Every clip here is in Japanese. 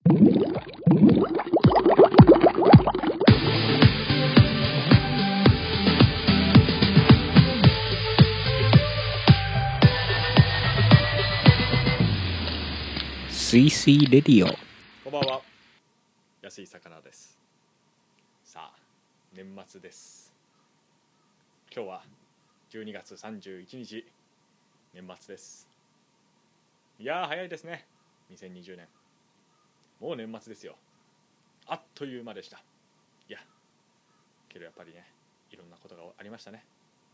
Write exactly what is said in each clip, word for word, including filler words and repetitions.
スイスイレディオ。 こんばんは、安い魚です。さあ、年末です。今日はじゅうにがつさんじゅういちにち、年末です。いやー早いですね。にせんにじゅうねん、もう年末ですよ。あっという間でした。いやけどやっぱりね、いろんなことがありましたね。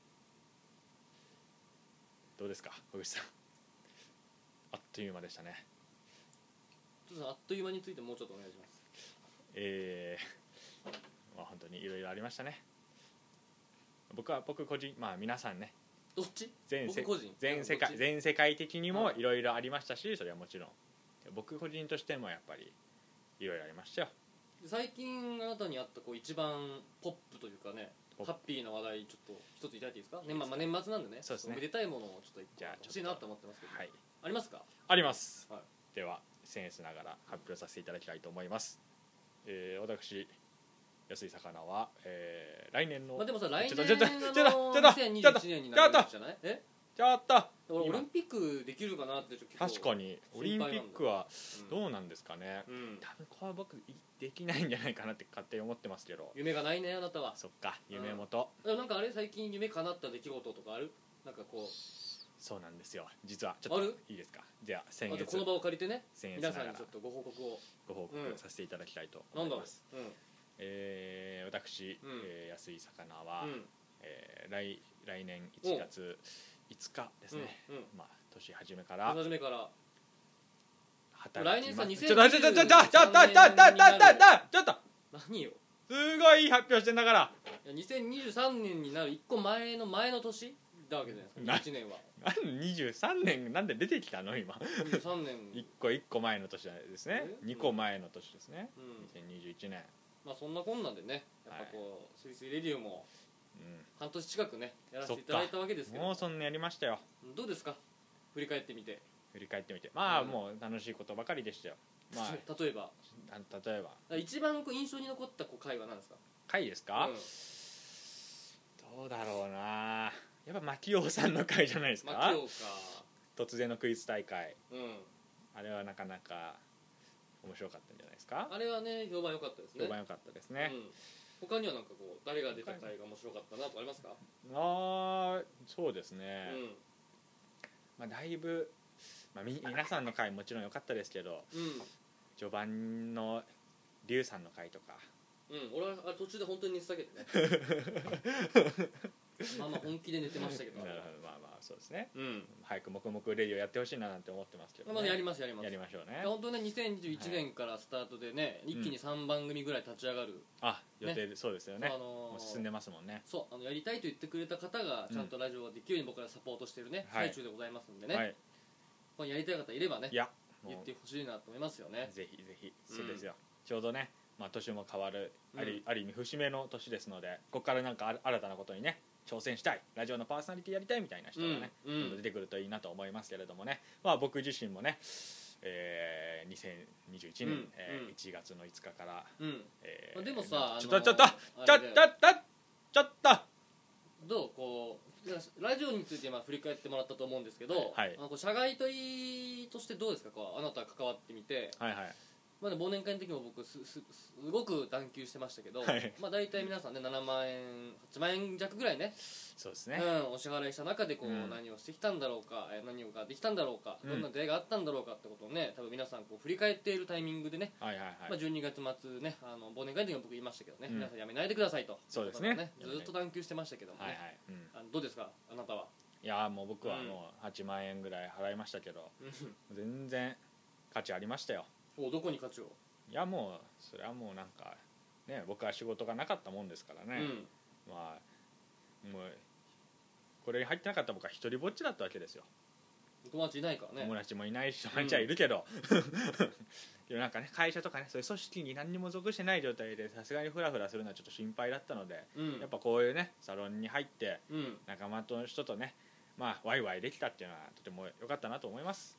どうですか小口さん。あっという間でしたね。 ちょっとあっという間についてもうちょっとお願いします。 えー、まあ本当にいろいろありましたね。僕は僕個人、まあ皆さんね、 どっち？ 全世僕個人全世界全世界的にもいろいろありましたし、それはもちろん僕個人としてもやっぱりいろいろありましたよ。 最近あなたにあったこう一番ポップというかね、ハッピーな話題ちょっと一ついただいていいですか？ね、まあ、まあ年末なんでね、 そうですね、 めでたいものをちょっとじゃあ欲しいなと思ってますけど、 はい、 ありますか？ あります、 はい、 では僭越ながら発表させていただきたいと思います。えー、私安い魚は、えー、来年の、 まあ、でもさ来年ちょっとちょっとちょっとのにせんにじゅういちねんになるんじゃない？えちょっと俺オリンピックできるかなってちょっと確かにオリンピックはどうなんですかね、 うん、 多分これは僕できないんじゃないかなって勝手に思ってますけど。 夢がないねあなたは。 そっか、夢元、 うん、なんかあれ最近夢叶った出来事とかある？なんかこう。 そうなんですよ、実はちょっといいですか。じゃあ先月この場を借りてね、皆さんにちょっとご報告をご報告させていただきたいと思います。 うん、なんだ、うん、 えー、私、 うん、 えー、安い魚は、うん、えー、来来年いちがついつかですね、うんうん、まあ年始めから初めから働きます。 来年さにせんちょっとちょっとちょっとちょっとちょっとちょっと何よ、 すごいいい発表してんだから。 いやにせんにじゅうさんねんになるいっこまえの前の年だわけじゃないですか。いちねんはなんにじゅうさんねんなんで出てきたの今。 にじゅうさんねんいっこいっこまえの年ですね。にこまえの年ですね、うん、にせんにじゅういちねん。 まあそんなこんなんでね、やっぱこう、はい、スイスイレディオも半年近くねやらせていただいたわけですけど、 もうそんなやりましたよ。 どうですか振り返ってみて。 振り返ってみてまあ、うん、もう楽しいことばかりでしたよ。まあ、 例えば例えば一番こう印象に残ったこう回は何ですか？ 回ですか、うん、どうだろうな。やっぱ牧王さんの回じゃないですか。 牧王か。 突然のクイズ大会、 うん、 あれはなかなか面白かったんじゃないですか。 あれはね評判良かったですね。 評判良かったですね、 うん、他にはなんかこう誰が出た回が面白かったなとかありますか？ ああそうですね、 うん、 まあだいぶ、まあ、み皆さんの回もちろん良かったですけど、 うん、 序盤のリュウさんの回とか、 うん、俺は途中で本当に寝てたけどねまあまあ本気で寝てましたけど。なるほど、 まあまあそうですね、 うん、 早く黙々レディオやってほしいななんて思ってますけど、ね、 まあ、やりますやりますやりましょうね。 本当ねにせんにじゅういちねんからスタートでね、はい、一気にさんばんぐみぐらい立ち上がる、うん、 あ予定で、ね、そうですよね、 あのー、 もう進んでますもんね。 そう、あのやりたいと言ってくれた方がちゃんとラジオができるように僕らサポートしてるね、うん、最中でございますんでね、はい、これやりたい方いればね、いや言ってほしいなと思いますよね。 ぜひぜひそうですよ、うん、ちょうどね、まあ、年も変わる、うん、あるある意味節目の年ですので、ここからなんか新たなことにね挑戦したい、ラジオのパーソナリティやりたいみたいな人がね、うんうん、出てくるといいなと思いますけれどもね、まあ、僕自身もね、えー、にせんにじゅういちねん、うんえー、いちがつのいつかから、うんえー、 でもさ、 ちょっとちょっとちょっとちょっとちょっとどうこうラジオについて今振り返ってもらったと思うんですけど、はい、あの社外取りとしてどうですか、こうあなたが関わってみて、はいはい、まあね、忘年会の時も僕す す, すごく断求してましたけど、はい、まあ、大体皆さんねななまんえんはちまんえん弱ぐらいね、 そうですね、 うん、お支払いした中でこう、うん、何をしてきたんだろうか、何ができたんだろうか、うん、どんな出会いがあったんだろうかってことをね、多分皆さんこう振り返っているタイミングでね、はいはいはい、まあ、じゅうにがつ末ね、あの忘年会の時も僕言いましたけどね、うん、皆さんやめないでくださいと、 そうですね、 ね、ずっと断求してましたけどもね、はいはい、うん、あのどうですかあなたは。 いやもう僕はもうはちまんえんぐらい払いましたけど、うん、全然価値ありましたよ。 おどこに価値を。 いやもうそれはもうなんかね、僕は仕事がなかったもんですからね、うん、まあもうこれに入ってなかった僕は一人ぼっちだったわけですよ。 友達いないからね。 友達もいないし友達はいるけど、うん、なんかね会社とかねそういう組織に何にも属してない状態でさすがにフラフラするのはちょっと心配だったので、うん、やっぱこういうねサロンに入って、うん、仲間と人とねまあワイワイできたっていうのはとても良かったなと思います。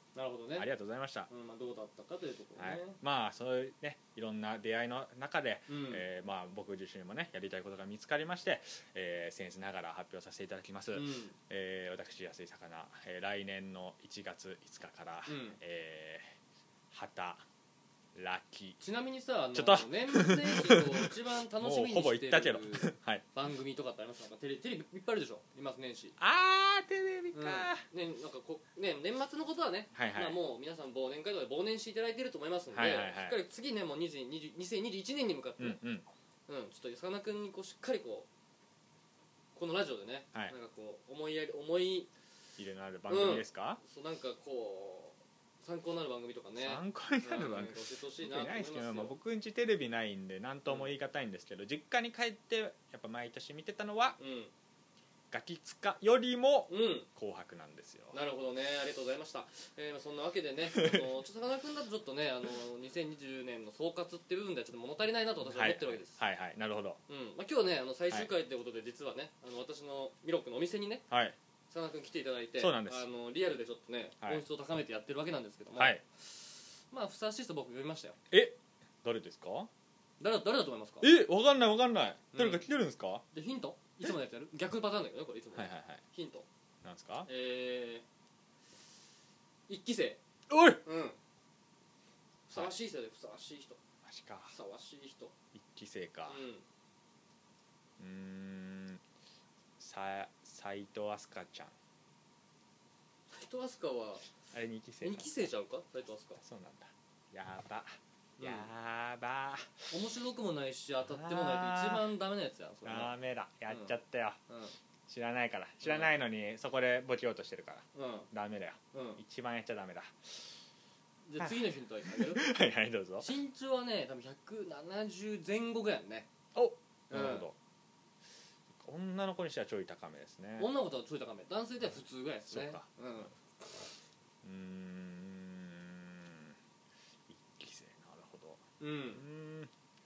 なるほどね。 ありがとうございました。 うん、まあ、どうだったかというところね、 はい、まあそういうねいろんな出会いの中で、 うん、 えー、まあ僕自身もねやりたいことが見つかりまして、えー、僭越ながら発表させていただきます、うん、えー、私安い魚、えー、来年のいちがついつかから、うん、えー、旗ラッキー。 ちなみにさ、あのちょっと年末年始を一番楽しみにほぼしてるはい、 番組とかってありますか？テレビ、テレビいっぱいあるでしょ、年末年始。 あーテレビか、 うん、ね、なんかこね、年末のことはね、はいはい、まあ、もう皆さん忘年会とかで忘年していただいていると思いますので、はいはいはい、しっかり次ねもうにせんにじゅうにせんにじゅういちねんに向かって、ね、うん、うんうん、ちょっとさかなクンにこうしっかりこうこのラジオでね、はい、なんかこう思いやり思い入れのある番組ですか？ うん、そうなんかこう参考になる番組とかね、 参考になる番組、うん、教えてほしいなと思いますよ。まあ、僕んちテレビないんで何とも言い難いんですけど、うん、実家に帰ってやっぱ毎年見てたのは、うん、ガキツカよりも紅白なんですよ、 うん、なるほどね、ありがとうございました、えー、そんなわけでねあのさかなクンだとちょっとねあのにせんにじゅうねんの総括っていう部分ではちょっと物足りないなと私は思ってるわけです。 はいはい、はいはい、なるほど、 うん、まあ、今日ねあの最終回ということで、実はねあの私のミロックのお店にね、はい、さかなクン来ていただいて、 そうなんです、 あのリアルでちょっとね、はい、音質を高めてやってるわけなんですけども、はい、まあふさわしい人僕呼びましたよ。 え、誰ですか？ 誰だ誰だと思いますか？ え、わかんないわかんない、誰か来てるんですか？うん、 でヒント、いつものやつやる逆パターンだけどね、これいつもの、はいはいはい、ヒントなんですか？ えー、一期生。 おい、 うん、ふさわしい人で、ふさわしい人、 マジか、 ふさわしい人、 一期生か、うん、うーん、さ斉藤飛鳥ちゃん。 斉藤飛鳥はあれにき生にき生ちゃうか、斉藤飛鳥。 そうなんだ、やばやば、 うん、面白くもないし当たってもないと一番ダメなやつやん。それダメだ、やっちゃったよ、うんうん、知らないから、知らないのにそこでボケようとしてるから、うん、ダメだよ、うん、一番やっちゃダメだ。 じゃあ次のヒントあげるはいはい、どうぞ。 身長はね多分ひゃくななじゅうぜん後ぐらいね。 お、なるほど、うん、女の子にしてはちょい高めですね。 女の子とはちょい高め、男性では普通ぐらいですね。そうか、うん、うーん、一期生、なるほど、うん、うーん、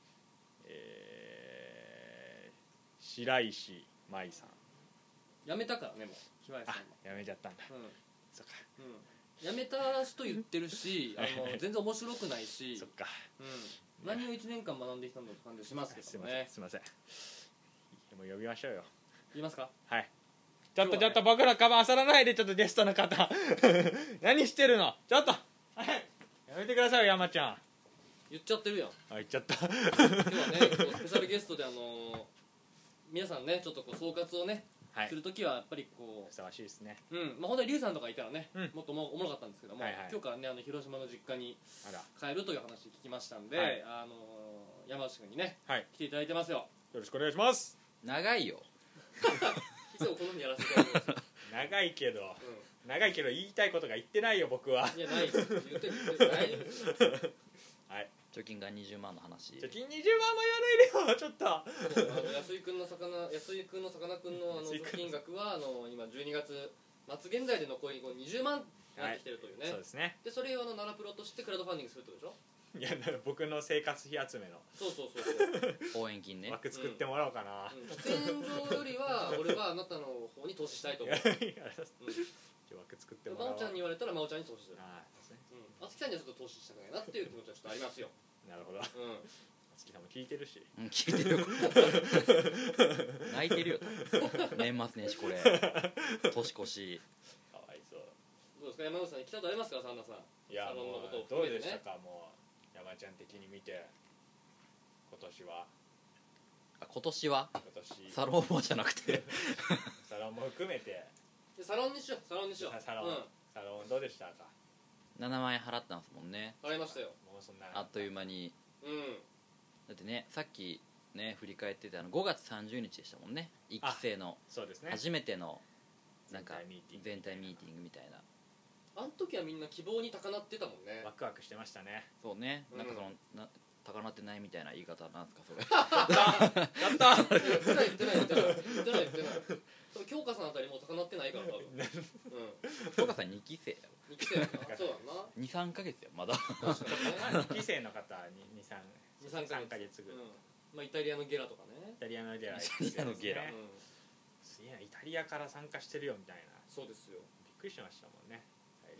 えー、白石麻衣さん。 やめたからね、もう白石さんもやめちゃったんだ、うん、そっか、 うん、やめた人言ってるしあの全然面白くないし、 そっか、 うん、何をいちねんかん学んできたんだって感じしますけどね。 すいません、すいません、でも呼びましょうよ。 言いますか？ はい、ちょっとちょっと僕らカバン漁らないで、ちょっとゲストの方何してるの、ちょっと、はい、やめてくださいよ、山ちゃん。 言っちゃってるやん。 あ、言っちゃった今日はねこうスペシャルゲストであの皆さんねちょっとこう総括をね、はい、するときはやっぱりこうふさわしいですね。 うん、まあ本当にリュウさんとかいたらね、うん、もっともおもろかったんですけども、はいはい、今日からねあの広島の実家に帰るという話聞きましたんで、はい、あの山内君にね、はい、来ていただいてますよ。 よろしくお願いします。 長いよいつもこのようにやらせてもらいます。 長いけど、うん、長いけど言いたいことが言ってないよ僕は。 いやない言ってる言ってる大丈夫ですはい、 貯金がにじゅうまんの話。 貯金にじゅうまんも言わないでよ、ちょっと。あの安井君の魚安井君のさかなクンのあの貯金額はあの今じゅうにがつ末現在で残りにじゅうまんになってきてるというね、はい、 そうですね。 でそれをあの奈良プロとしてクラウドファンディングするってことでしょ。 いや僕の生活費集めのそうそうそうそう応援金ね、 枠作ってもらおうかな、 うん、喫煙所よりは俺はあなたの方に投資したいと思う。いや、 うん、枠作ってもらおう。 真央ちゃんに言われたら真央ちゃんに投資する。 ああ、そうですね、 うん、あつきさんにはちょっと投資したくないなっていう気持ちはちょっとありますよ。 なるほど、うん、あつきさんも聞いてるし、 うん、聞いてるよ泣いてるよ年末年始これ年越しかわいそう。 どうですか山口さんに来たことありますか、サンダさん。 いや、もうどうでしたか、もう山ちゃん的に見て今年は。 あ、今年は今年サロンもじゃなくてサロンも含めてサロンにしよう、サロンにしよう。 サロン、うん、サロンどうでしたか。 ななまんえん払ったんですもんね。 払いましたよ。 もうそんなあっという間に、 うん、 だってね、さっきね振り返っててあのごがつさんじゅうにちでしたもんね、いっき生の初めてのなんか全体ミーティングみたいな。 あの時はみんな希望に高鳴ってたもんね。 ワクワクしてましたね。 そうね、なんかそのな高鳴ってないみたいな言い方なんですかそれ。 やったやった言ってない言ってない言ってない言ってない言ってない。京香さんあたりもう高鳴ってないから多分。うん。 京香さんにき生やろ。 にき生やな。そうだな。 に、さんかげつやまだ。 にき生の方にに、さん、 に、さんかげつぐらい。まあイタリアのゲラとかね。 イタリアのゲラ。 イタリアのゲラ。 すげえな、イタリアから参加してるよみたいな。 そうですよ。 びっくりしましたもんね。最初は。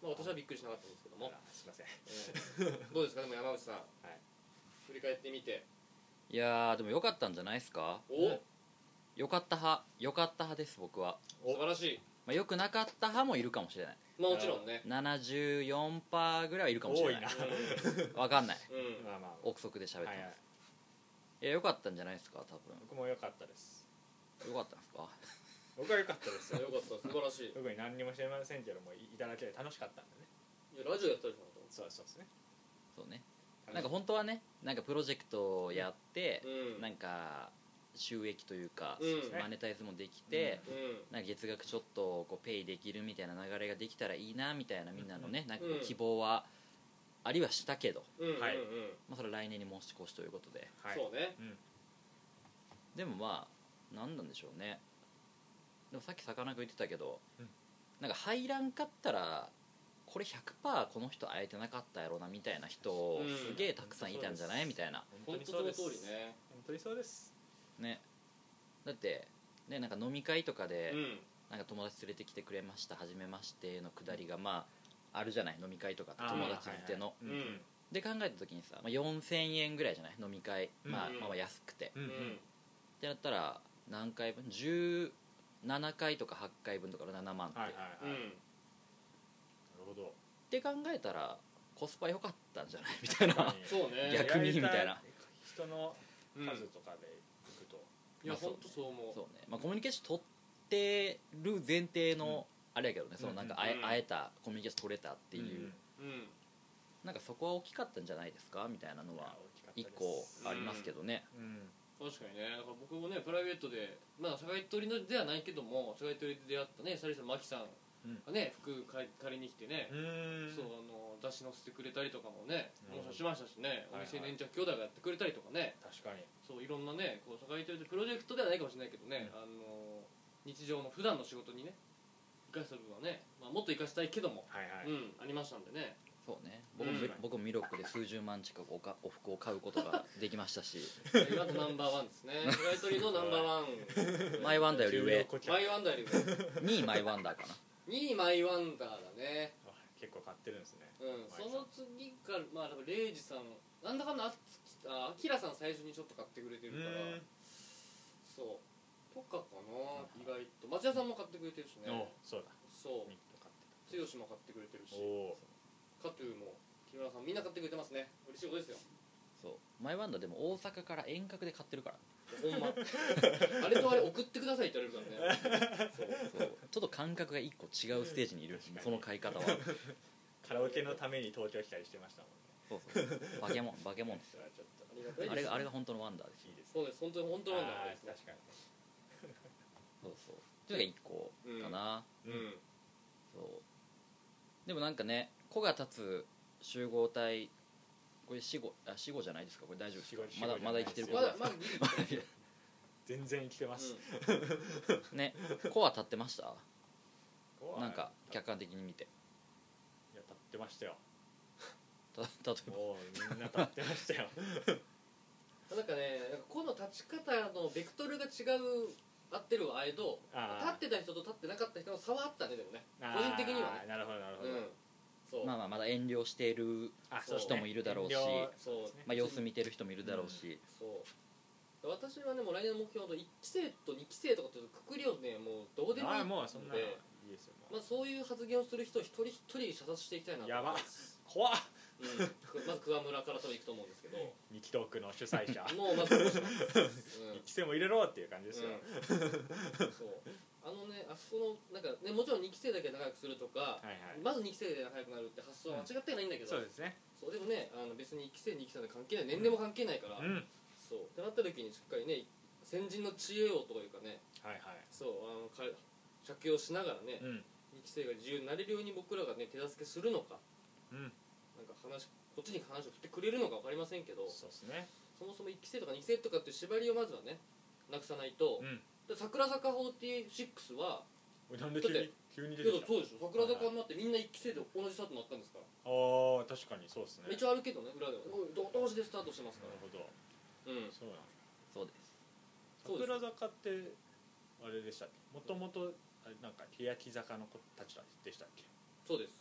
まあ、私はびっくりしなかったんですけども。 すいません、 えー、どうですかでも山内さん、はい、振り返ってみて。 いやーでも良かったんじゃないですか。 お良かった派良かった派です僕は。 素晴らしい。 まあ、良くなかった派もいるかもしれない。 まあもちろんねななじゅうよんパーセント ぐらいはいるかもしれない。分かんない、うん、まあまあ憶測で喋ってます、はいはい、いや良かったんじゃないですか多分。 僕も良かったです。 良かったんですか。 僕は良かったですよ。 良かった素晴らしい。 特に何にも知りませんけどもいただけで楽しかったんでね。 いやラジオやったでしょ。 そうそうですね。 そうね。なんか本当はねなんかプロジェクトをやって、うん、なんか収益というか、うん、マネタイズもできて、うん、なんか月額ちょっとこうペイできるみたいな流れができたらいいなみたいなみんなのね、うん、なんかこう希望はありはしたけど、うん、まあ、それは来年に申し越しということで、 はい、そうね、 うん、でもまあ何なんでしょうね。でもさっきさかなクン言ってたけど、うん、なんか入らんかったらこれ ひゃくパーセント この人会えてなかったやろなみたいな人、うん、すげえたくさんいたんじゃないみたいな。 本当その通りね。 本当にそうですね。だってねなんか飲み会とかで、うん、なんか友達連れてきてくれました初めましてのくだりがまああるじゃない飲み会とかって友達っての、はいはい、うん、で考えた時にさ、まあ、よんせんえんぐらいじゃない飲み会、うん、まあ、まあ安くて、うんうん、ってなったら何回分じゅうななかいとかはちかいぶんとかななまんって、はいはいはい、うん、なるほどって考えたらコスパ良かったんじゃないみたいなそうね逆にみたいな人の数とかでいくと、 うん、いや本当そう思う。 そうね、まあ、コミュニケーション取ってる前提のあれやけどね、うん、そのなんか会え、うん、会えたコミュニケーション取れたっていう、うんうん、なんかそこは大きかったんじゃないですかみたいなのはいっこありますけどね、 うんうん、確かにね。だから僕もねプライベートでまあ社外取りではないけども社外取りで出会ったねサリさんマキさんがね、うん、服借りに来てね、そうあの出し乗せてくれたりとかもねお話しましたしね、お店粘着兄弟がやってくれたりとかね、 確かにそういろんなねこう社会的プロジェクトではないかもしれないけどね、うん、あの日常の普段の仕事にね生かした部分はね、まあ、もっと生かしたいけども、はいはい、うん、ありましたんでね。 そうね、僕も、うん、僕もミロックで数十万近くおかお服を買うことができましたし今とナンバーワンですね社外取りのナンバーワンマイワンダーより上マイワンダーより上にいマイワンダーかなにいマイワンダーだね。 結構買ってるんですね。 うん、その次からまあレイジさんなんだかんだあアキラさん最初にちょっと買ってくれてるからそうとかかな、意外と町田さんも買ってくれてるしね。 そうだそう剛も買ってくれてるしカトゥーも木村さんみんな買ってくれてますね。嬉しいことですよ。 そうマイワンダーでも大阪から遠隔で買ってるからほんまあれとあれ送ってくださいって言われるからねそうそうちょっと感覚が一個違うステージにいるその買い方はカラオケのために東京来たりしてましたもんね。 そうそうバケモンバケモンですよあれがあれが本当のワンダーです。 いいですそうです本当に本当のワンダーです、ね、 確かにそうそうっていうのが一個かな、うん、うん、そうでもなんかね子が立つ集合体これ死後あ死後じゃないですかこれ大丈夫ですか。まだまだ生きてる子まだまだ全然生きてます、 うん、ね子は立ってましたなんか客観的に見て。 いや立ってましたよた例えばもうみんな立ってましたよなんかねなんか子の立ち方のベクトルが違う合ってるはあえど立ってた人と立ってなかった人の差はあったね。でもね個人的にはね。 なるほどなるほど、うん、 そうまあまあまだ遠慮している人もいるだろうし、そう、まあ、様子見てる人もいるだろうし、 うん、そう私はねもう来年の目標のいっき生とにき生とかっていうくくりをねもうどうでもいいので、まあ、そういう発言をする人を一人一人射殺していきたいなと思います。 やば怖っ、 うん、まず桑村から多分行くと思うんですけど二期トークの主催者もうまずどうします、 うん、いっき生も入れろっていう感じですよ、 うん、そうあのねあそこのなんかねもちろんにき生だけ仲良くするとか、はいはい、まずにき生で仲良くなるって発想は間違ってないんだけど、 うん、そうですね。 そうでもねあの別にいっき生にき生で関係ない年齢も関係ないから、うん、そうってなった時にしっかりね先人の知恵をというかね、はいはい、そうあの借用しながらね、うん、にき生が自由になれるように僕らがね手助けするのか、うん、なんか話こっちに話を振ってくれるのか分かりませんけど、 そうですね。 そもそもいっき生とかにき生とかっていう縛りをまずはねなくさないと、うん、で桜坂フォーティーシックスはなんで急に急に出てきた。 そうでしょ桜坂になってみんないっき生で同じスタートになったんですから。 ああ確かにそうですね。 一応あるけどね裏では同時でスタートしてますから。 なるほど。うんそうなんそうです。 桜坂ってあれでしたっけ。もともとなんか欅坂の子たちでしたっけ。 そうです。 あ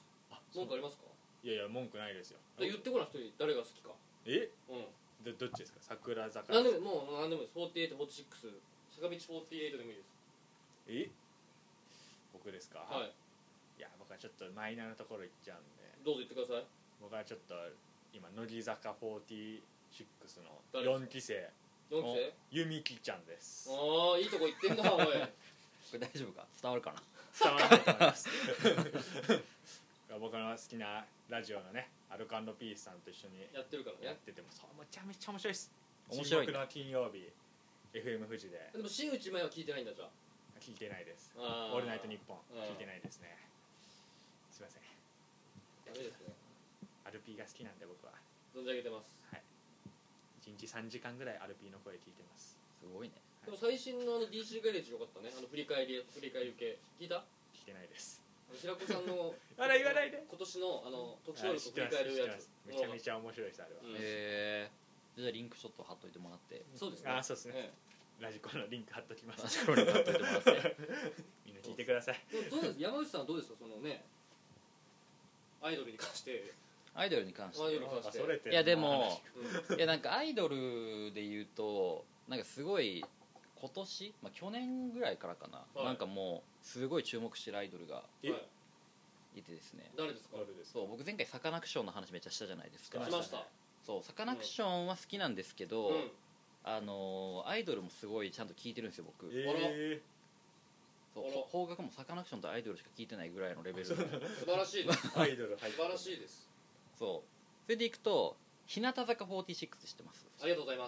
文句ありますか？ いやいや文句ないですよ。 言ってこない人に誰が好きか。 えうんど, どっちですか？桜坂何でももう何でもいいです。フォーティエイト、フォーティシックス、坂道フォーティエイトでもいいです。 え僕ですか？ はい。 いや僕はちょっとマイナーなところ行っちゃうんで。 どうぞ言ってください。 僕はちょっと今乃木坂フォーティシックスのよんき生よんき生ゆみきちゃんです。 ああいいとこ行ってんだおい。これ大丈夫か？伝わるかな？ 伝わらないと思います僕の好きなラジオのねアルコ&ピースさんと一緒にやってるからね。 やっててもそうめちゃめちゃ面白いです。 面白い注目の金曜日 エフエム 富士で。 でも新内前は聞いてないんだじゃあ。 聞いてないです。オあールナイトニッポン聞いてないですね。すいません。 ダメですね。 アルピーが好きなんで僕は存じ上げてます。 はい。いちにちさんじかんぐらいアルピーの声聞いてます。 すごいね。 でも最新のあの ディーシー ガレージよかったね。あの振り返り振り返り受け聞いた？ 聞いてないです。 平子さんの言わない言わないで。 今年のあの特殊能力を振り返るやつ。 めちゃめちゃ面白いですあれは。 へえ。じゃあリンクちょっと貼っといてもらって。 そうですね。 あそうですね。ラジコのリンク貼っときます。 ラジコのリンク貼っといてもらって。 みんな聞いてください。 どうです山内さんはどうですかそのねアイドルに関して。 アイドルに関して。 アイドルに関して。 いやでもいやなんかアイドルで言うとなんかすごい今年まあ去年ぐらいからかななんかもうすごい注目してるアイドルがいてですね。 誰ですか？ そう僕前回サカナクションの話めっちゃしたじゃないですか。 しました。 そうサカナクションは好きなんですけど、うん、あのアイドルもすごいちゃんと聞いてるんですよ僕。 えー、 そう邦楽もサカナクションとアイドルしか聞いてないぐらいのレベル素晴らしいです。 アイドル素晴らしいです。 そうそれでいくと日向坂フォーティシックス知ってます？ ありがとうございます。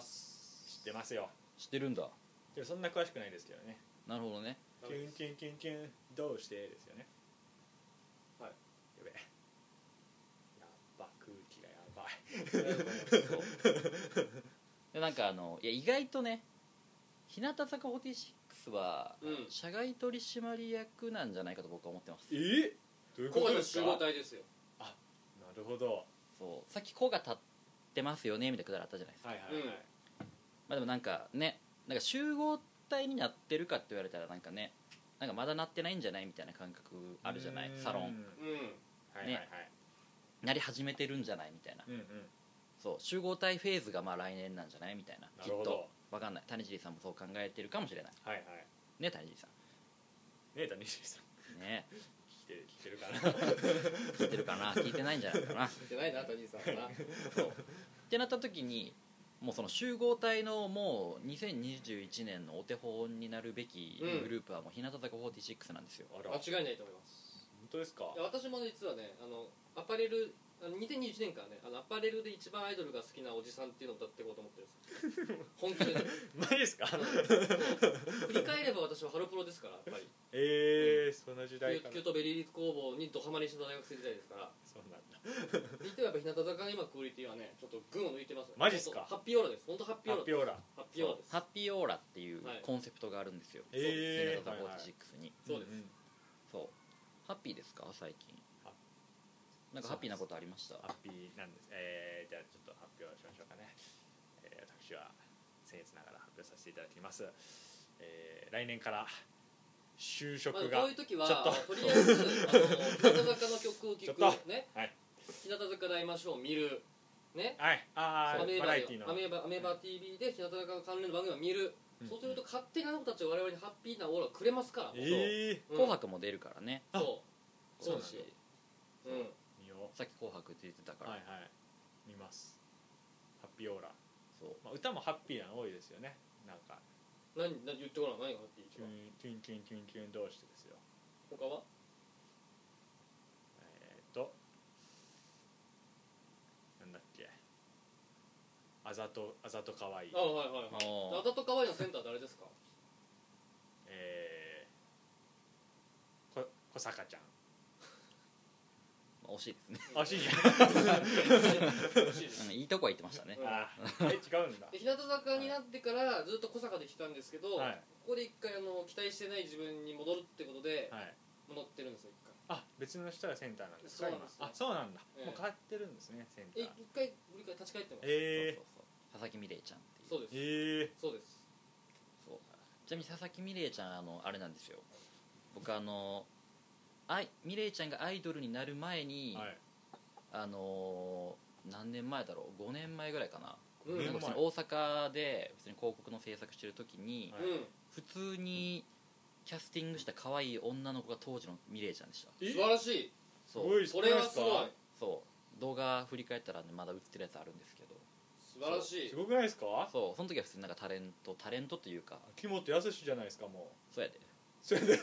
知ってますよ。 知ってるんだ。 でもそんな詳しくないですけどね。 なるほどね。 キュンキュンキュンキュンどうしてですよね。 はい。 やべえ。やっぱ空気がやばい。 そうでなんかあのいや意外とね日向坂フォーティシックスは、うん、社外取締役なんじゃないかと僕は思ってます。 えー、どういうことですか？ 集合体ですよ。 あ、なるほど。 そうさっき子が立ってますよねみたいなくだりあったじゃないですか。 はいはいはい。うん、まあでもなんかねなんか集合体になってるかって言われたらなんかねなんかまだなってないんじゃないみたいな感覚あるじゃないサロン、うんねはいはいはい、 なり始めてるんじゃないみたいな、うんうん、そう集合体フェーズがまあ来年なんじゃないみたいなきっと分かんない谷尻さんもそう考えてるかもしれない、 はいはい、 ね谷尻さんね谷尻さんね聞いてるかな聞いてるかな聞いてないんじゃないかな聞いてないな谷尻さんはなそうってなった時にもうその集合体のもうにせんにじゅういちねんのお手本になるべきグループはもう日向坂フォーティシックスなんですよ。 間違いないと思います。 本当ですか？ いや私も実はねあのアパレルあのにせんにじゅういちねんからねあのアパレルで一番アイドルが好きなおじさんっていうのを歌っていこうと思ってるんですよ本気で、ね、 マジですか？ 振り返れば私はハロプロですからやっぱりえー、うん、その時代からキュートベリーリッツ工房にドハマりした大学生時代ですからそうなんだ言ってはやっぱ日向坂の今クオリティはねちょっと群を抜いてますよ。 マジっすか？ ハッピーオーラです。本当ハッピーオーラハッピーオーラハッピーオーラです。 ハッピーオーラっていうコンセプトがあるんですよ、 はい、 日向坂フォーティシックスに、 そうです、うん、 そうハッピーですか最近？なんかハッピーなことありました？ ハッピーなんです、えー、じゃあちょっと発表しましょうかね、えー、私は僭越ながら発表させていただきます、えー、来年から就職が、 まあ、こういう時はとりあえずあの日向坂の曲を聴くね、はい、日向坂大魔将を見るね、 はい、あアメーバでアメーバアメーバ ティービー で日向坂関連の番組を見る、うん、そうすると勝手にあの子たちは我々にハッピーなオーラをくれますから、 えー、紅白も出るからね。 そうそうだし、 うん、 さっき紅白って言ってたから、 はいはい見ます。ハッピーオーラそう、まあ、歌もハッピーなの多いですよね。なんか何何言ってごらん何がハッピー？ キュンキュンキュンキュンキュンどうしてですよ。 他はえー、っとなんだっけあざとあざとかわいい。 あはいはいはい。あざとかわいいのセンター誰ですか？ えー、こ小坂ちゃん。 惜しいですね。 惜しいじゃん。いいとこは言ってましたね。 あえ違うんだ。 日向坂になってからずっと小坂で来たんですけど、はい、ここで一回あの期待してない自分に戻るってことで、はい、戻ってるんですよ一回。 あ別の人がセンターなんですか？ そうなんです、ね。 あそうなんだ。えー、もう変わってるんですねセンター。 え一回振り返立ち返ってます。 えー、 そうそうそう佐々木美玲ちゃんっていう。 そうです。 えー、 そうです。 そうちなみに佐々木美玲ちゃんあのあれなんですよ。僕あのあい美玲ちゃんがアイドルになる前に、はい、 あのー、何年前だろうごねんまえぐらいかな、 うん、 なんか普通に大阪で普通に広告の制作してる時に、 うん、 普通にキャスティングした可愛い女の子が当時のミレイちゃんでした。 素晴らしい。 そうそれはすごい。 そう動画振り返ったら、ね、まだ映ってるやつあるんですけど、 素晴らしい。 すごくないですか。 そうその時は普通になんかタレントタレントというか木本康じゃないですか。もうそうやでそれで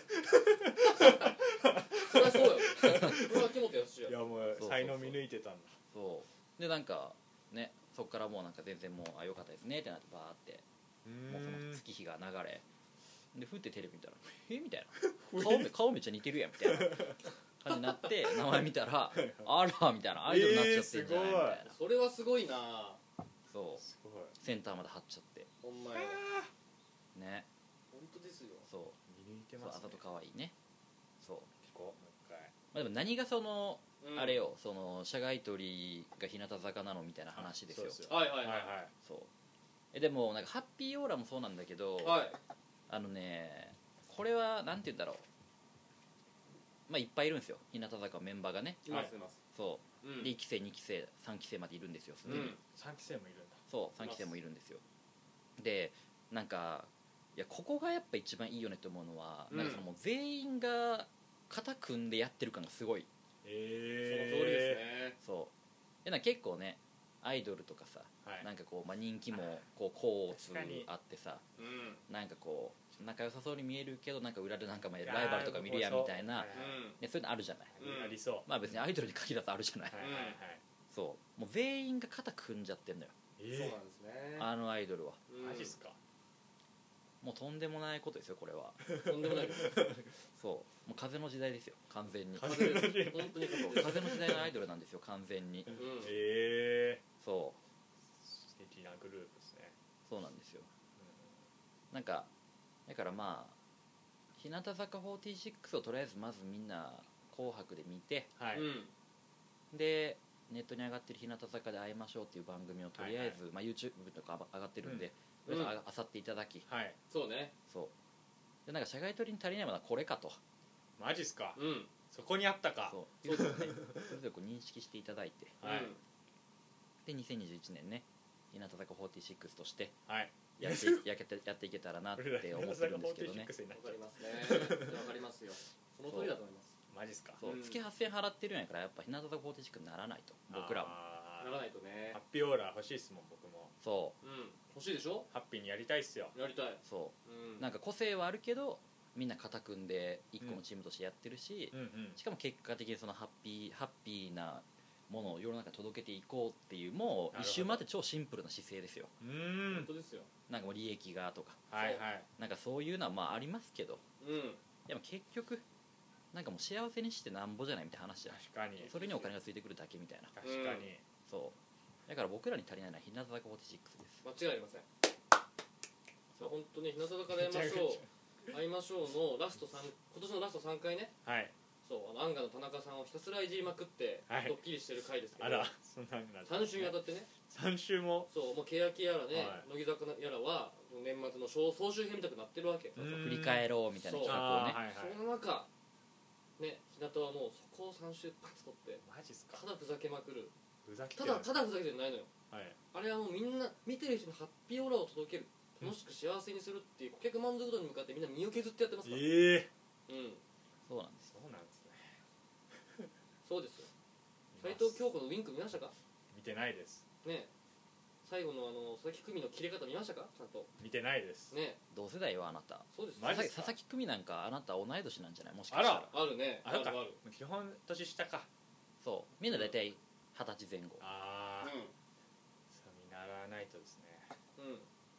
そりゃそうよ。それは木本康や。 いやもう才能見抜いてたんだ。 そうでなんかねそっからもうなんか全然もうあ良かったですねってなってバーってもうその月日が流れでふってテレビ見たらえみたいな顔め顔めっちゃ似てるやんみたいな感じになって名前見たらあらみたいなアイドルになっちゃってんじゃないみたいな、 それはすごいな。 そうすごいセンターまで張っちゃってほんまやね本当ですよ。 そう見抜いてますね。 そうあざと可愛いねそう聞こうもう一回。 まあ、でも何がその、 うん、 あれよその社外取りが日向坂なのみたいな話ですよ。 そうですよはいはいはい、はい、 そうえでもなんかハッピーオーラもそうなんだけど、 はい、 あのねこれはなんて言うんだろうまあいっぱいいるんですよ日向坂メンバーがね。 いますいます。 そう、 うん、 でいっき生にき生さんき生までいるんですよすでに、うん、 さんき生もいるんだ。 そうさんき生もいるんですよ。でなんかいやここがやっぱ一番いいよねって思うのは、うん、なんかそのもう全員が肩組んでやってる感がすごい。 えー、 その通りですね。 そうでなんか結構ねアイドルとかさ、 はい、 なんかこう、まあ、人気もこうこうあってさ、 うん、 なんかこう仲良さそうに見えるけどなんか裏でなんかまあライバルとか見るやみたいな、そういうのあるじゃない、 うん、ありそう。 まあ別にアイドルに限らずあるじゃない、 はいはいはい、 そうもう全員が肩組んじゃってんのよ、 えー、そうなんですねあのアイドルは。 マジっすか。 もうとんでもないことですよこれは。 とんでもないですそうもう風の時代ですよ完全に。 風の時代本当に風の時代のアイドルなんですよ完全に、うん、 ええー、 そう素敵なグループですね。 そうなんですよ、うん、なんかだからまあ日向坂フォーティーシックスをとりあえずまずみんな紅白で見て、 はい、 でネットに上がってる日向坂で会いましょうっていう番組をとりあえず、はいはい、まあ、YouTube とか上がってるんで、うん、あさっていただき、 はい、 そうねそうでなんか社外取りに足りないものはこれかと。 マジっすか、 うん、 そこにあったか。 そうそうですねそれぞれこう認識していただいて、 はい、 でにせんにじゅういちねんね日向坂フォーティーシックスとしてやって、 はい、 やってやっていけたらなって思ってるんですけどね。わかりますねわかりますよその通りだと思います。 マジっすか。 そう、うん、月はっせん払ってるんやからやっぱ日向坂フォーティーシックスにならないと僕らもならないとね。 ハッピーオーラ欲しいっすもん僕も。 そう、 うん、欲しいでしょ。 ハッピーにやりたいっすよ。 やりたい。 そう、 うん、 なんか個性はあるけどみんな肩組んで一個のチームとしてやってるし、 うんうんうん、 しかも結果的にそのハッピーハッピーなものを世の中に届けていこうっていうもう一周回って超シンプルな姿勢ですよ。 うーん本当ですよ。 なんかもう利益がとか、 はいはい、 なんかそういうのはまあありますけど、 うん、 でも結局なんかもう幸せにしてなんぼじゃないみたいな話じゃない。 確かにそれにお金がついてくるだけみたいな。 確かに、 うん、そうだから僕らに足りないのは日向坂フォーティーシックスです。 間違いありません。そう本当に日向坂で会いましょう会いましょうのラストさん今年のラストさんかいね、 はい、 そうあのアンガーの田中さんをひたすらいじりまくってドッキリしてる回ですけど、 はい、あらそんなになって、 さん週にわたってねさん週もそうもう欅やらね、はい、乃木坂やらは年末の総集編みたくなってるわけ。 そうそう振り返ろうみたいな企画をね。 そ,、はいはい、その中ね日向はもうそこをさん週パツ取ってマジっすか。 ただふざけまくる。 ふざけただただふざけてないのよ、 はい、 あれはもうみんな見てる人にハッピーオーラを届ける楽しく幸せにするっていう顧客満足度に向かってみんな身を削ってやってますから。 ええー、うんそうなんです。 そうなんですねそうですよ。斉藤京子のウィンク見ましたか。 見てないですね。最後のあの佐々木久美の切れ方見ましたか。ちゃんと見てないですね。 同世代はあなた。 そうです。 マジ佐々木久美なんかあなた同い年なんじゃないもしかしたら。 あるね。 あるか。基本年下か。 そうみんな大体二十歳前後。 ああ、 うん、 さあ見習わないとですね。 うん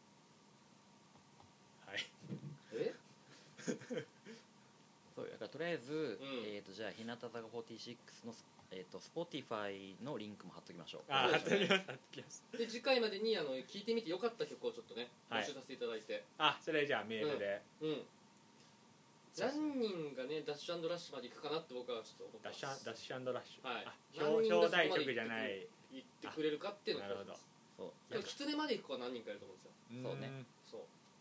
はい。 えそうだからとりあえず、うん、えー、とじゃあ日向坂フォーティーシックスの、えー、と Spotify のリンクも貼っときましょう。 ああ、貼っときます。 で次回までにあの聴いてみてよかった曲をちょっとね募集させていただいて、 はい、あそれじゃあメールで、 うん、うん、何人がねダッシュ&ラッシュまで行くかなって僕はちょっと思ってます。 ダッシュダッシュ&ラッシュ、 はい、 表表題曲じゃない行ってくれるかっていうのを。 なるほど。 そうでもキツネまで行く子は何人かいると思うんですよ。 そうね。 そう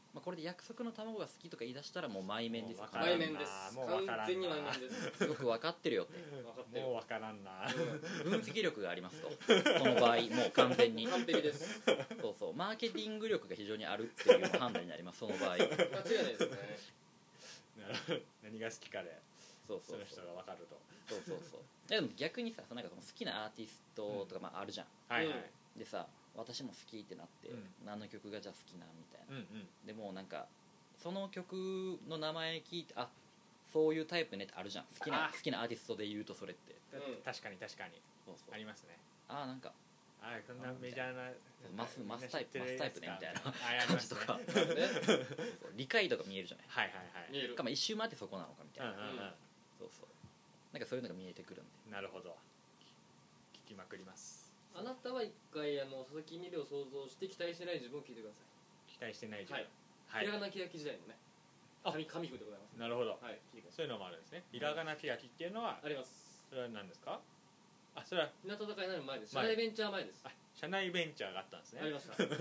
まあ、これで約束の卵が好きとか言い出したらもう前面ですよ。 前面です。 もう分からんな。 完全に前面です。 よく分かってるよって分かってる。 もう分からんな。 分析力がありますと、その場合もう完全に完璧です。 そうそう、マーケティング力が非常にあるっていう判断になります、その場合。間違いないですね。 何が好きかで、 そうそうそう、 その人が分かると。 そうそうそう。でも逆にさ、なんかその好きなアーティストとかまああるじゃん、 うん、はいはい、 でさ、私も好きってなって、うん、何の曲がじゃあ好きなみたいな、うんうん、でもなんかその曲の名前聞いて、あ、そういうタイプねってあるじゃん、好きな好きなアーティストで言うとそれって、 うん、確かに確かに、そうそうありますね。 ああ、なんかああ、こんなメジャーなマスマスタイプマスタイプねみたいな感じとか、ね、理解度が見えるじゃない。 はいはいはい。見えるか、 まあ一周回ってそこなのかみたいな、うんうんうん、そうそう、なんかそういうのが見えてくるんで。 なるほど、聞きまくります。 あなたは一回あの佐々木美玲を想像して期待してない自分を聞いてください。 期待してない自分、 はい、ひらがなけやき時代のね、神神風でございます。 なるほど、 はい、 そういうのもあるんですね。ひらがなけやきっていうのはあります。 それは何ですか。あ、それは日向坂になる前です。社内ベンチャー前です。 あ、社内ベンチャーがあったんですね。 ありました。はい、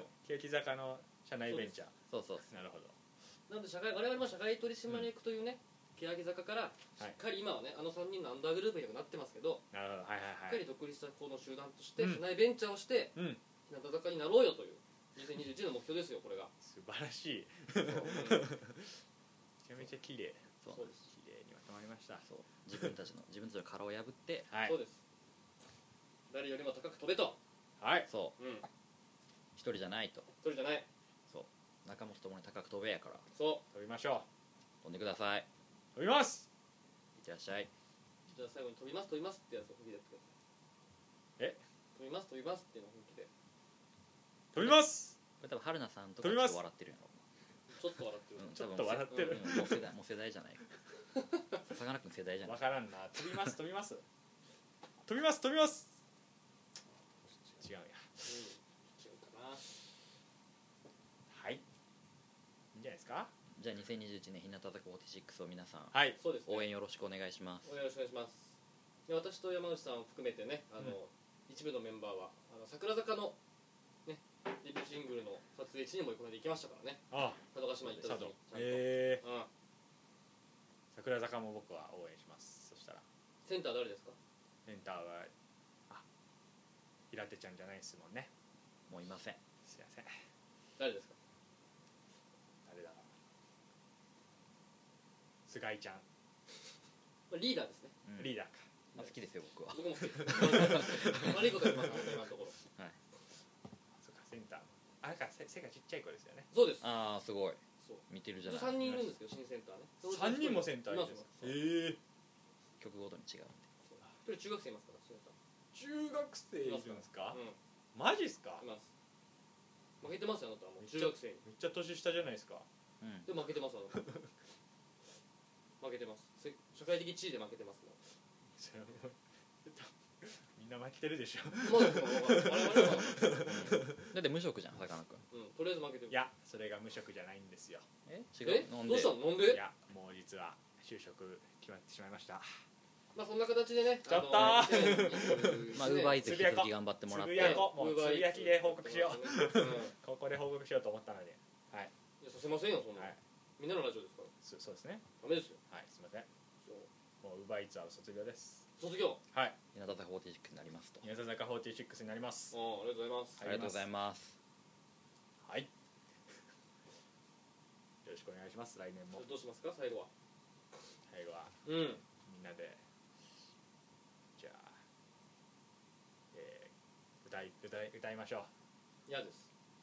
欅坂の社内ベンチャー。 そうそう、 なるほど。 なので社会我々も社会取締役というね、欅坂からしっかり今はね、あのさんにんのアンダーグループになってますけど、 なるほど、はいはいはい、 しっかり独立したこの集団として社内ベンチャーをして、うん、日向坂になろうよというにせんにじゅういちねんの目標ですよ。これが素晴らしい。めちゃめちゃ綺麗。 そうです。 綺麗にまとまりました。 そう、自分たちの自分たちの殻を破って、 はい、そうです。誰よりも高く飛べと。 はい、 そう、うん、一人じゃないと。 一人じゃない。 そう、仲間と共に高く飛べやから。 そう、 飛びましょう。飛んでください。 飛びます。 いってらっしゃい。 じゃあ最後に飛びます飛びますってやつを本気でやってください。え？飛びます飛びますっていうのを本気で。 飛びます。 これ多分春菜さんとかちょっと笑ってるやろ。 ちょっと笑ってる。 ちょっと笑ってる。 もう世代もう世代じゃない。さかなクン世代じゃない。 わからんな。飛びます飛びます。飛びます飛びます。違うや。 違うかな。 はい。いいんじゃないですか。 じゃあにせんにじゅういちねん日向坂フォーティシックスを皆さん、 はい、 そうですね、 応援よろしくお願いします。 応援よろしくお願いします。で、私と山内さんを含めてね、あの、うん、一部のメンバーはあの桜坂のねデビューシングルの撮影地にもこの間行きましたからね。ああ、佐渡島行った時にちゃんと、えーうん、 桜坂も僕は応援します。そしたらセンター誰ですか。 センターはあ平手ちゃんじゃないですもんね。 もういません。 すいません。 誰ですか。 誰だ。菅井ちゃん。 リーダーですね。 うん、リーダーか。 まあ、好きですよ僕は。 僕も好きです。悪いこと言います今のところ。 はい。そうか、センター。あれか、背がちっちゃい子ですよね。 そうです。 ああ、すごい。そう見てるじゃない。 さんにんいるんですけど新センターね。 さんにんもセンターいるんですか。ええ。 曲ごとに違うんで。一人中学生いますから中学生いるんですか。うん。マジっすか。 います。負けてますよあなたはもう中学生に。 めっちゃ年下じゃないですか。 うん。で負けてますあなた。負けてます。社会的地位で負けてますもん。みんな負けてるでしょ。まだだって無職じゃん、さかなクン。 うん、とりあえず負けてる。 いや、それが無職じゃないんですよ。 え、違う。 え、どうしたの、なんで。 いや、もう実は就職決まってしまいました。 まあそんな形でね。 ちょっとー。 まあウーバーイーツ引き続き頑張ってもらって。 つぶやこ、もうつぶやきで報告しよう。ここで報告しようと思ったので。はい。 いや、させませんよそんな。みんなのラジオですから。 そうですね。 ダメですよ。 はい、すみません。もうウーバーイーツは卒業です。 卒業。 はい。 日向坂フォーティーシックスになりますと。 日向坂フォーティーシックスになります。 ああ、ありがとうございます。 ありがとうございます。 はい。よろしくお願いします。来年も。 どうしますか最後は。 最後は。うん。みんなで。じゃあ。えー、歌い歌い歌いましょう。 嫌です。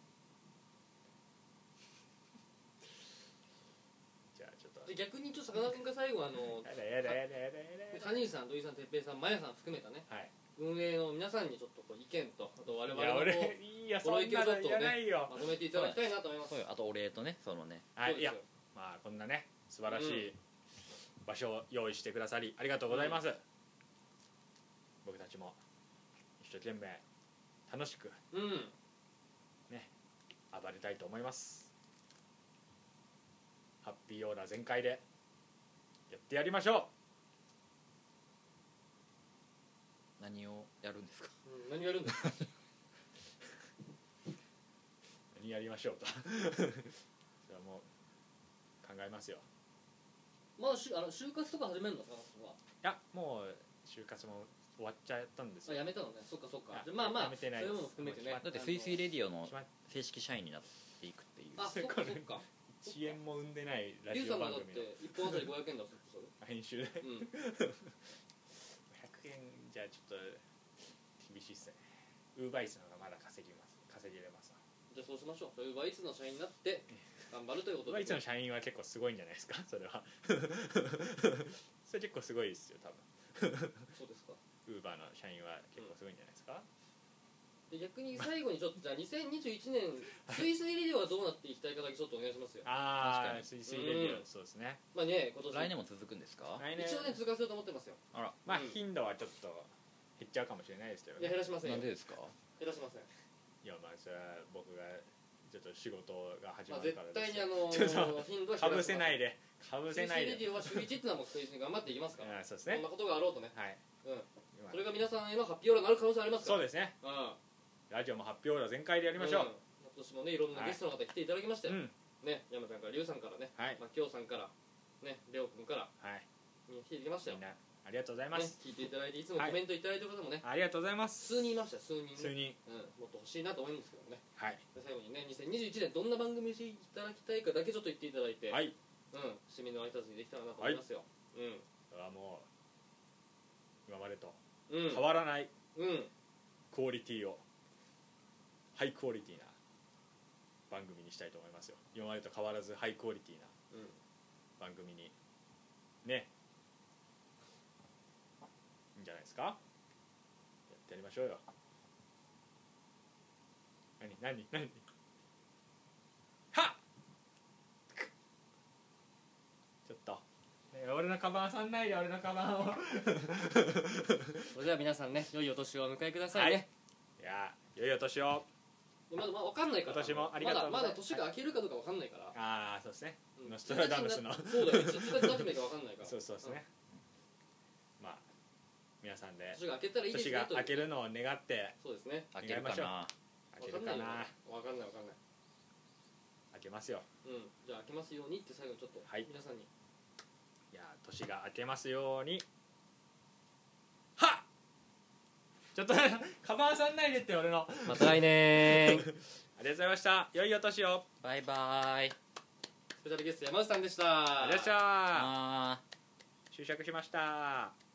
で逆にちょっとさかなクンが最後あの谷さん、土井さん、哲平さん、まやさん含めたね、はい、運営の皆さんにちょっとこう意見とあと我々のこの意見をちょっとねまとめていただきたいなと思います。 あとお礼とねそのね、 はい、いやまあこんなね素晴らしい場所を用意してくださりありがとうございます。うん、僕たちも一生懸命楽しく、うん、ね暴れたいと思います。ハッピーオーラ全開でやってやりましょう。 何をやるんですか。 うん、何やるんですか。 何やりましょうとも考えますよ。 まだしあの就活とか始めるの坂本さんは。 いやもう就活も終わっちゃったんですよ。 あやめたのね。そっかそっか。まあまあそういうのも含めてね。 だってスイスイレディオの正式社員になっていくっていう。 あそっかそっか。 いちえんも生んでないラジリュウさんオ番組のがだっていっぽんあたりごひゃくえんだそれ編集で、 うん、 ごひゃくえんじゃちょっと厳しいっすね。ウーバーイーツの方がまだ稼ぎます稼げれます。 じゃあそうしましょう。ウーバーイーツの社員になって頑張るということで。 ウーバーイーツの社員は結構すごいんじゃないですかそれはそれ結構すごいですよ多分そうですか。 ウーバーの社員は結構すごいんじゃないですか、 うん、で逆に最後にちょっとじゃあにせんにじゅういちねんスイスイレディオはどうなっていきたいかだけちょっとお願いしますよ。 ああスイスイレディオ、うん、そうですね。 まあね今年来年も続くんですか。 来年一応ね続かせようと思ってますよ。 あらまあ、うん、頻度はちょっと減っちゃうかもしれないですけどね。 いや減らしませんよ。 なんでですか。 減らしません。 いやまあそれは僕がちょっと仕事が始まるからです、 まあ、絶対にあのー、頻度はかぶせないでかぶせないで。 スイスイレディオは週一っていうのはもう確実に頑張っていきますから。 あそうですね。 こんなことがあろうとね。 はい。 うん。それが皆さんへの発表になる可能性ありますから。 そうですね。 うん。 ラジオも発表は全開でやりましょう。うん、 今年もねいろんなゲストの方来ていただきまして、 はい、うん、 ね山ちゃんからリュウさんからね、はい、まあきょうさんからねレオ君からはいみんな来ていただきましたよ。みんなありがとうございます。 ね、聞いていただいていつもコメントいただいてる方もね、 はい、ありがとうございます。 数人いました数人、ね、 数人、 うん、もっと欲しいなと思うんですけどね。 はい。 で最後にねにせんにじゅういちねんどんな番組にしていただきたいかだけちょっと言っていただいて、はい。うん、締めの挨拶にできたらなと思いますよ。はい、うん。 それはもう今までと変わらない、 うん、 クオリティをハイクオリティな番組にしたいと思いますよ。今までと変わらずハイクオリティな番組にね、いいんじゃないですか。やってやりましょうよ。何何何はっちょっと、ね、俺のカバンさんないで俺のカバンをそれでは皆さんね良いお年をお迎えくださいね。はい、 いや良いお年を。 まだまだ分かんないから。 今年もありがとうございます。 まだまだ年が明けるかどうか分かんないから。はい、 ああそうですね。うん、ノストラダムスのそうだよ。いつになってみるか分かんないから。 そうそうですね。うん、まあ皆さんで年が明けたらいいですね。 年が明けるのを願って。 そうですね。 明けるかな。 明けるかな。分かんない分かんない。 明けますよ。 うん。じゃあ明けますようにって最後にちょっと、はい、皆さんに。 いや年が明けますように。はっちょっとカバンさんないでって俺の。 また来年。 ありがとうございました。良いお年を。 バイバイ。 スペシャルゲスト山内さんでした。 ありがとうございました。就職しました。